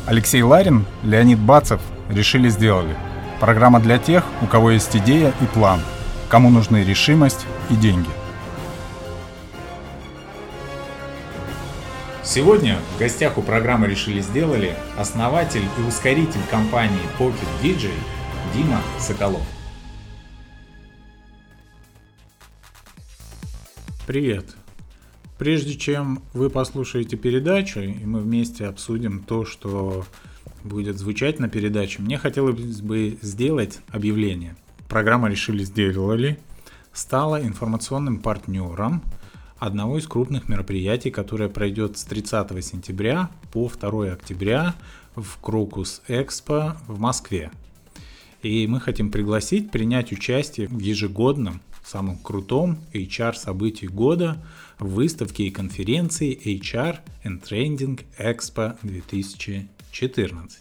Алексей Ларин, Леонид Бацев решили сделали. Программа для тех, у кого есть идея и план, кому нужны решимость и деньги. Сегодня в гостях у программы «Решили сделали» основатель и ускоритель компании Pocket DJ Дима Соколов. Привет! Прежде чем вы послушаете передачу, и мы вместе обсудим то, что будет звучать на передаче, мне хотелось бы сделать объявление. Программа «Решили сделали» стала информационным партнером одного из крупных мероприятий, которое пройдет с 30 сентября по 2 октября в Крокус Экспо в Москве. И мы хотим пригласить принять участие в ежегодном, самом крутом HR-событии года в выставке и конференции HR and Trending Expo 2014.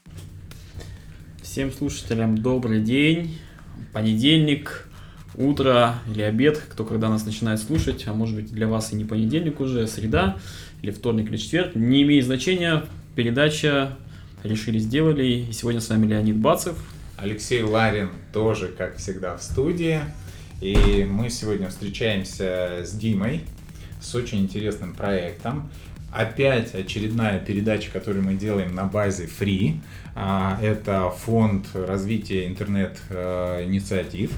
Всем слушателям добрый день. Понедельник, утро или обед, кто когда нас начинает слушать, а может быть для вас и не понедельник уже, среда или вторник или четверг, не имеет значения. Передача «Решили сделали». И сегодня с вами Леонид Бацев. Алексей Ларин тоже, как всегда, в студии. И мы сегодня встречаемся с Димой, с очень интересным проектом. Опять очередная передача, которую мы делаем на базе Free. Это фонд развития интернет-инициатив.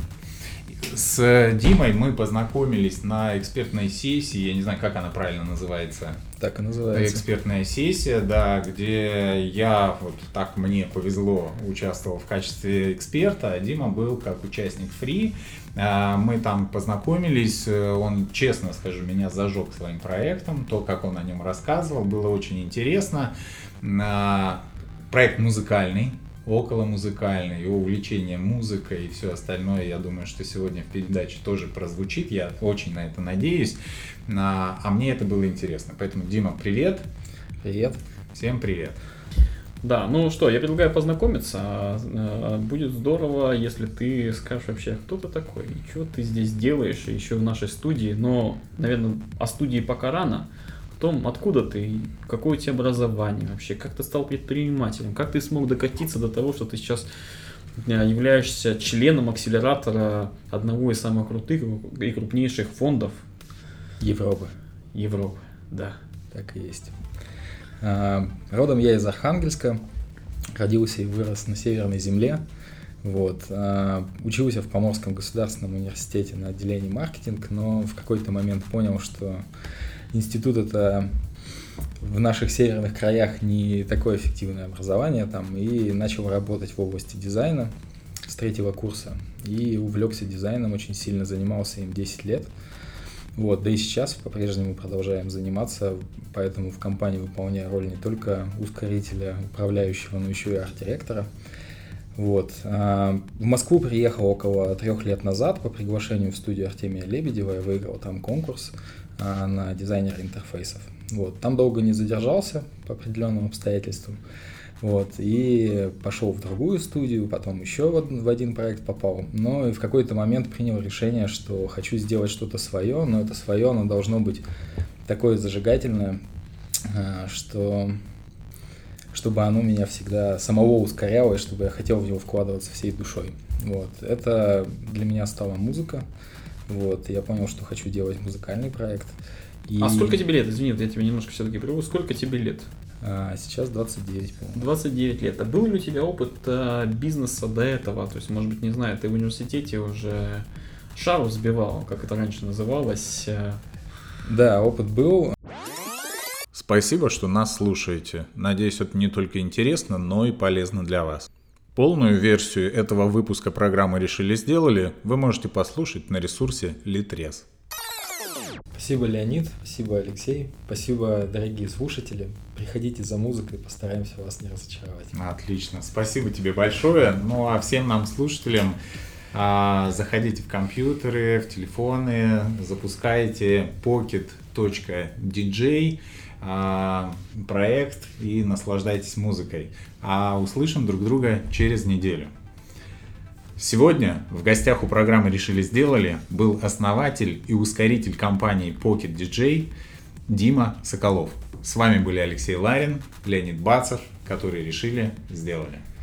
С Димой мы познакомились на экспертной сессии, я не знаю, как она правильно называется. Так и называется. Экспертная сессия, да, где я, вот так мне повезло, участвовал в качестве эксперта, а Дима был как участник Free. Мы там познакомились, он, честно скажу, меня зажег своим проектом, то, как он о нем рассказывал, было очень интересно. Проект музыкальный, околомузыкальный, его увлечение музыкой и все остальное, я думаю, что сегодня в передаче тоже прозвучит, я очень на это надеюсь, а мне это было интересно. Поэтому, Дима, привет. Привет. Всем привет. Да, ну что, я предлагаю познакомиться. Будет здорово, если ты скажешь вообще, кто ты такой, и что ты здесь делаешь, и еще в нашей студии. Но, наверное, о студии пока рано. О том, откуда ты, какое у тебя образование вообще, как ты стал предпринимателем, как ты смог докатиться до того, что ты сейчас являешься членом акселератора одного из самых крутых и крупнейших фондов Европы. Европы, да. Так и есть. Родом я из Архангельска, родился и вырос на Северной земле. Вот. Учился в Поморском государственном университете на отделении маркетинг, но в какой-то момент понял, что институт — это в наших северных краях не такое эффективное образование там, и начал работать в области дизайна с 3-го курса. И увлекся дизайном, очень сильно занимался им 10 лет. Вот, да и сейчас по-прежнему продолжаем заниматься, поэтому в компании выполняю роль не только ускорителя, управляющего, но еще и арт-директора. Вот. В Москву приехал около 3 лет назад по приглашению в студию Артемия Лебедева, я выиграл там конкурс на дизайнера интерфейсов. Вот. Там долго не задержался по определенным обстоятельствам. Вот, и пошел в другую студию, потом еще в один проект попал. Но и в какой-то момент принял решение, что хочу сделать что-то свое, но это свое, оно должно быть такое зажигательное, чтобы оно меня всегда самого ускоряло, и чтобы я хотел в него вкладываться всей душой. Вот. Это для меня стала музыка. Вот. Я понял, что хочу делать музыкальный проект. А сколько тебе лет? Извини, я тебя немножко все-таки прерву. Сколько тебе лет? Сейчас 29, по-моему. 29 лет. А был ли у тебя опыт бизнеса до этого? То есть, может быть, не знаю, ты в университете уже шар взбивал, как это раньше называлось? Да, опыт был. Спасибо, что нас слушаете. Надеюсь, это не только интересно, но и полезно для вас. Полную версию этого выпуска программы «Решили сделали» вы можете послушать на ресурсе Litres. Спасибо, Леонид, спасибо, Алексей, спасибо, дорогие слушатели. Приходите за музыкой, постараемся вас не разочаровать. Отлично, спасибо тебе большое. Ну а всем нам, слушателям, заходите в компьютеры, в телефоны, запускайте pocket.dj проект и наслаждайтесь музыкой. А услышим друг друга через неделю. Сегодня в гостях у программы «Решили сделали» был основатель и ускоритель компании Pocket DJ Дима Соколов. С вами были Алексей Ларин, Леонид Бацев, которые решили, сделали.